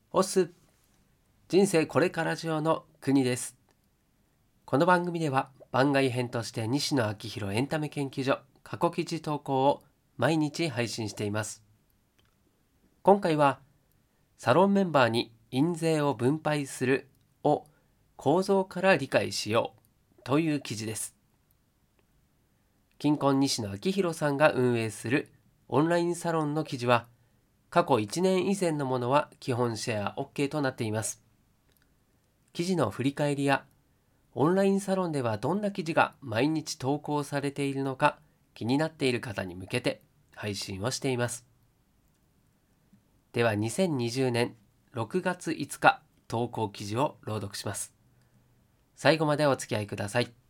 オス人生これから上の国です。この番組では番外編として西野昭弘エンタメ研究所過去記事投稿を毎日配信しています。今回はサロンメンバーに印税を分配するを構造から理解しようという記事です。近婚西野昭弘さんが運営するオンラインサロンの記事は過去1年以前のものは基本シェア OK となっています。記事の振り返りやオンラインサロンではどんな記事が毎日投稿されているのか気になっている方に向けて配信をしています。では2020年6月5日投稿記事を朗読します。最後までお付き合いください。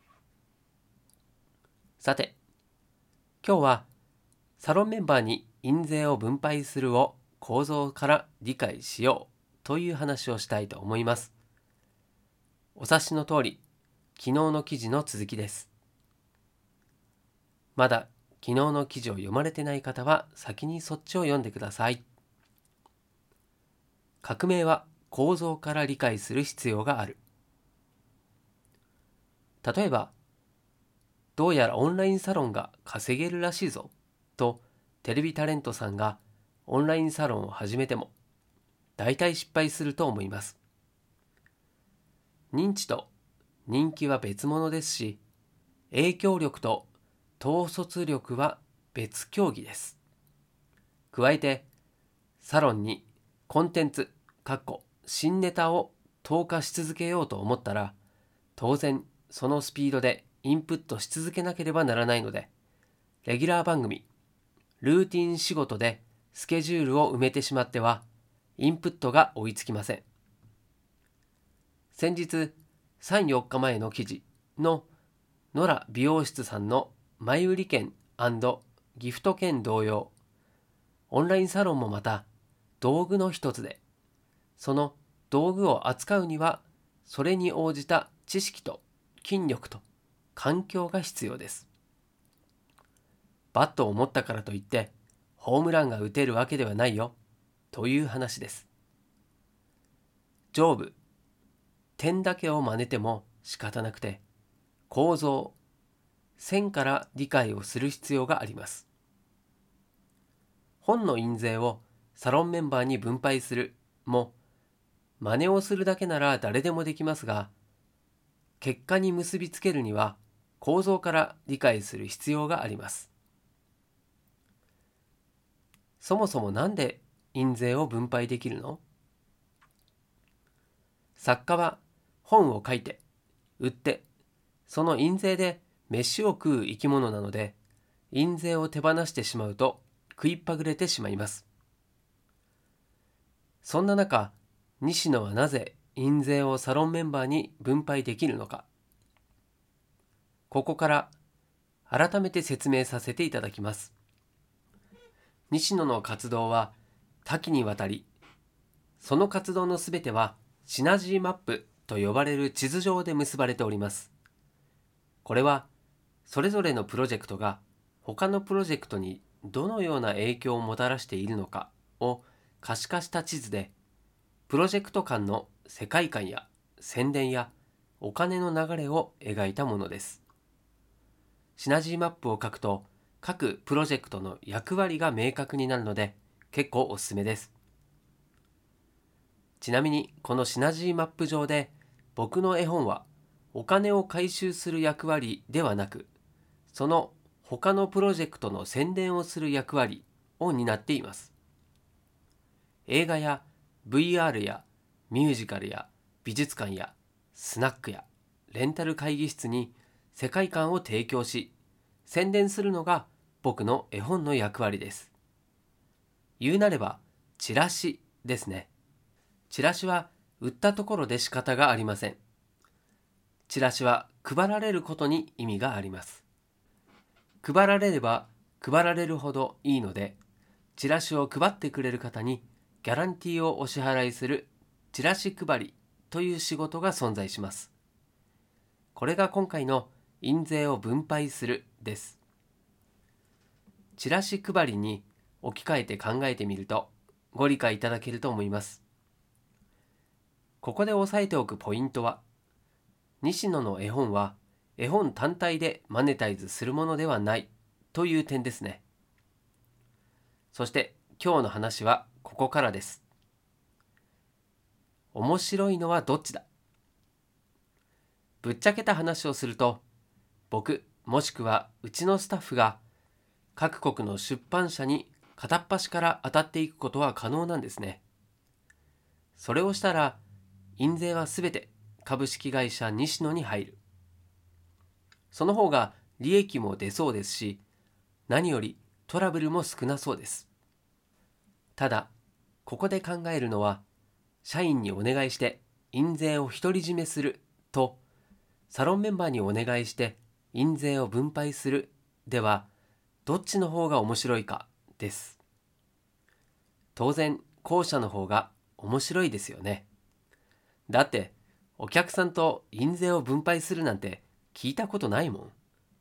さて、今日はサロンメンバーに印税を分配するを構造から理解しようという話をしたいと思います。お察しの通り、昨日の記事の続きです。まだ昨日の記事を読まれてない方は先にそっちを読んでください。革命は構造から理解する必要がある。例えば、どうやらオンラインサロンが稼げるらしいぞとテレビタレントさんがオンラインサロンを始めても大体失敗すると思います。認知と人気は別物ですし、影響力と統率力は別競技です。加えて、サロンにコンテンツ、新ネタを投下し続けようと思ったら、当然そのスピードでインプットし続けなければならないので、レギュラー番組、ルーティン仕事でスケジュールを埋めてしまっては、インプットが追いつきません。先日、3、4日前の記事のノラ美容室さんの前売り券&ギフト券同様、オンラインサロンもまた道具の一つで、その道具を扱うにはそれに応じた知識と筋力と環境が必要です。バットを持ったからといってホームランが打てるわけではないよという話です。上部、点だけを真似ても仕方なくて、構造、線から理解をする必要があります。本の印税をサロンメンバーに分配するも真似をするだけなら誰でもできますが、結果に結びつけるには構造から理解する必要があります。そもそもなんで印税を分配できるの？作家は本を書いて、売って、その印税で飯を食う生き物なので、印税を手放してしまうと食いっぱぐれてしまいます。そんな中、西野はなぜ印税をサロンメンバーに分配できるのか。ここから改めて説明させていただきます。西野の活動は多岐にわたり、その活動のすべてはシナジーマップと呼ばれる地図上で結ばれております。これはそれぞれのプロジェクトが他のプロジェクトにどのような影響をもたらしているのかを可視化した地図で、プロジェクト間の世界観や宣伝やお金の流れを描いたものです。シナジーマップを書くと各プロジェクトの役割が明確になるので結構おすすめです。ちなみにこのシナジーマップ上で僕の絵本はお金を回収する役割ではなく、その他のプロジェクトの宣伝をする役割を担っています。映画や VR やミュージカルや美術館やスナックやレンタル会議室に世界観を提供し、宣伝するのが僕の絵本の役割です。言うなればチラシですね。チラシは売ったところで仕方がありません。チラシは配られることに意味があります。配られれば配られるほどいいので、チラシを配ってくれる方にギャランティーをお支払いするチラシ配りという仕事が存在します。これが今回の印税を分配するです。チラシ配りに置き換えて考えてみるとご理解いただけると思います。 ここで押さえておくポイントは、西野の絵本は絵本単体でマネタイズするものではないという点ですね。そして今日の話はここからです。面白いのはどっちだ？ぶっちゃけた話をすると、僕もしくはうちのスタッフが各国の出版社に片っ端から当たっていくことは可能なんですね。それをしたら印税はすべて株式会社西野に入る。その方が利益も出そうですし、何よりトラブルも少なそうです。ただ、ここで考えるのは、社員にお願いして印税を独り占めすると、サロンメンバーにお願いして印税を分配するでは、どっちの方が面白いかです。当然、後者の方が面白いですよね。だって、お客さんと印税を分配するなんて聞いたことないもん。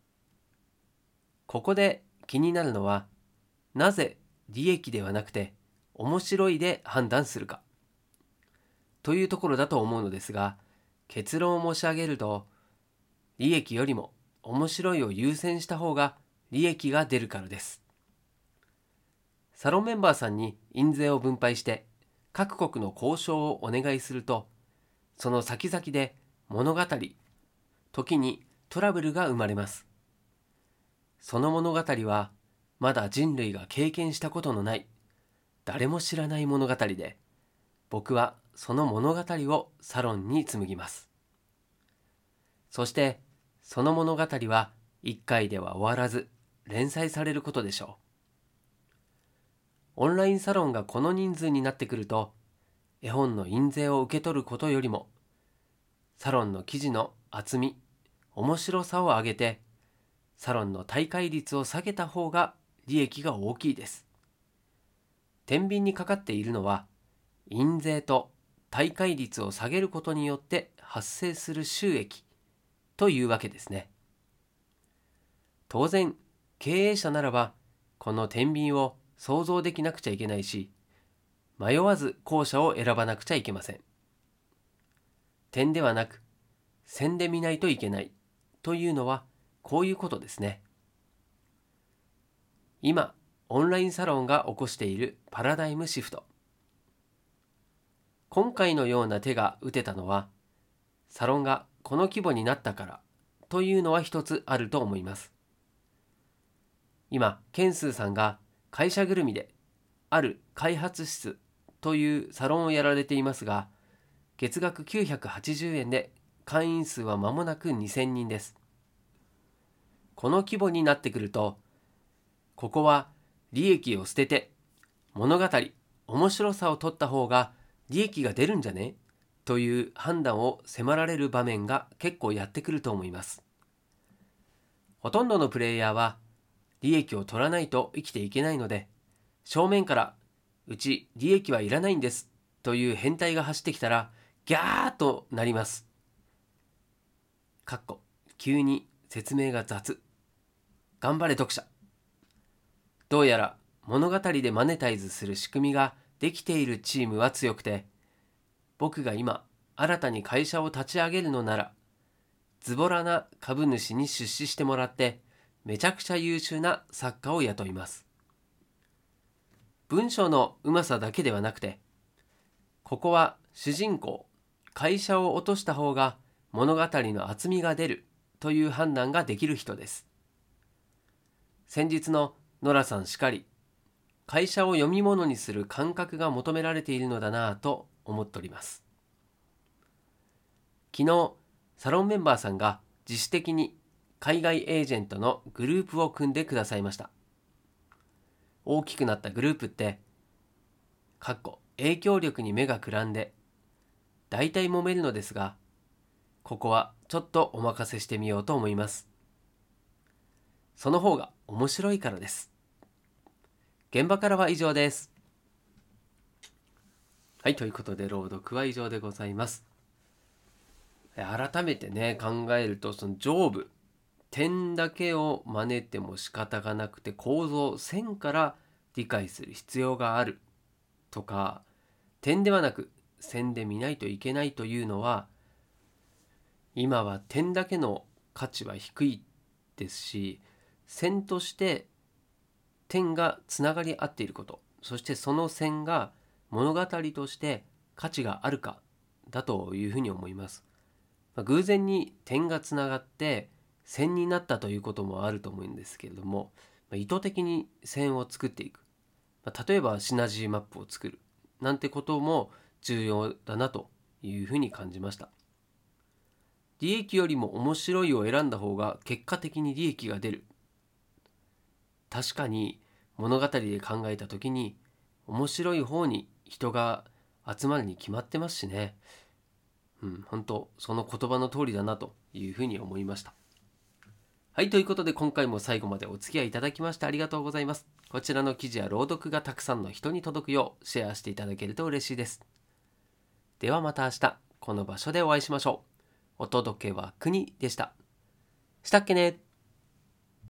ここで気になるのは、なぜ利益ではなくて面白いで判断するかというところだと思うのですが、結論を申し上げると、利益よりも面白いを優先した方が利益が出るからです。サロンメンバーさんに印税を分配して各国の交渉をお願いすると、その先々で物語、時にトラブルが生まれます。その物語はまだ人類が経験したことのない誰も知らない物語で、僕はその物語をサロンに紡ぎます。そしてその物語は1回では終わらず連載されることでしょう。オンラインサロンがこの人数になってくると、絵本の印税を受け取ることよりもサロンの記事の厚み、面白さを上げてサロンの退会率を下げた方が利益が大きいです。天秤にかかっているのは印税と退会率を下げることによって発生する収益というわけですね。当然、経営者ならばこの天秤を想像できなくちゃいけないし、迷わず後者を選ばなくちゃいけません。点ではなく線で見ないといけないというのはこういうことですね。今、オンラインサロンが起こしているパラダイムシフト。今回のような手が打てたのは、サロンがこの規模になったからというのは一つあると思います。今、ケンスーさんが会社ぐるみである開発室というサロンをやられていますが、月額980円で会員数は間もなく2000人です。この規模になってくると、ここは利益を捨てて物語、面白さを取った方が利益が出るんじゃねという判断を迫られる場面が結構やってくると思います。ほとんどのプレイヤーは利益を取らないと生きていけないので、正面からうち利益はいらないんですという変態が走ってきたらギャーとなります。かっこ急に説明が雑。頑張れ読者。どうやら物語でマネタイズする仕組みができているチームは強くて、僕が今新たに会社を立ち上げるのなら、ズボラな株主に出資してもらってめちゃくちゃ優秀な作家を雇います。文章のうまさだけではなくて、ここは主人公、会社を落とした方が物語の厚みが出るという判断ができる人です。先日のノラさんしかり、会社を読み物にする感覚が求められているのだなぁと思っております。昨日、サロンメンバーさんが自主的に海外エージェントのグループを組んでくださいました。大きくなったグループって、影響力に目がくらんで、大体揉めるのですが、ここはちょっとお任せしてみようと思います。その方が面白いからです。現場からは以上です。はい、ということで朗読は以上でございます。改めてね、考えると、その上部、点だけを真似ても仕方がなくて、構造、線から理解する必要があるとか、点ではなく線で見ないといけないというのは、今は点だけの価値は低いですし、線として点がつながり合っていること、そしてその線が物語として価値があるかだというふうに思います。偶然に点がつながって線になったということもあると思うんですけれども、意図的に線を作っていく、例えばシナジーマップを作るなんてことも重要だなというふうに感じました。利益よりも面白いを選んだ方が結果的に利益が出る。確かに物語で考えた時に面白い方に人が集まるに決まってますしね。本当その言葉の通りだなというふうに思いました。はい、ということで今回も最後までお付き合いいただきましてありがとうございます。こちらの記事や朗読がたくさんの人に届くようシェアしていただけると嬉しいです。ではまた明日この場所でお会いしましょう。お届けは国でした。したっけね。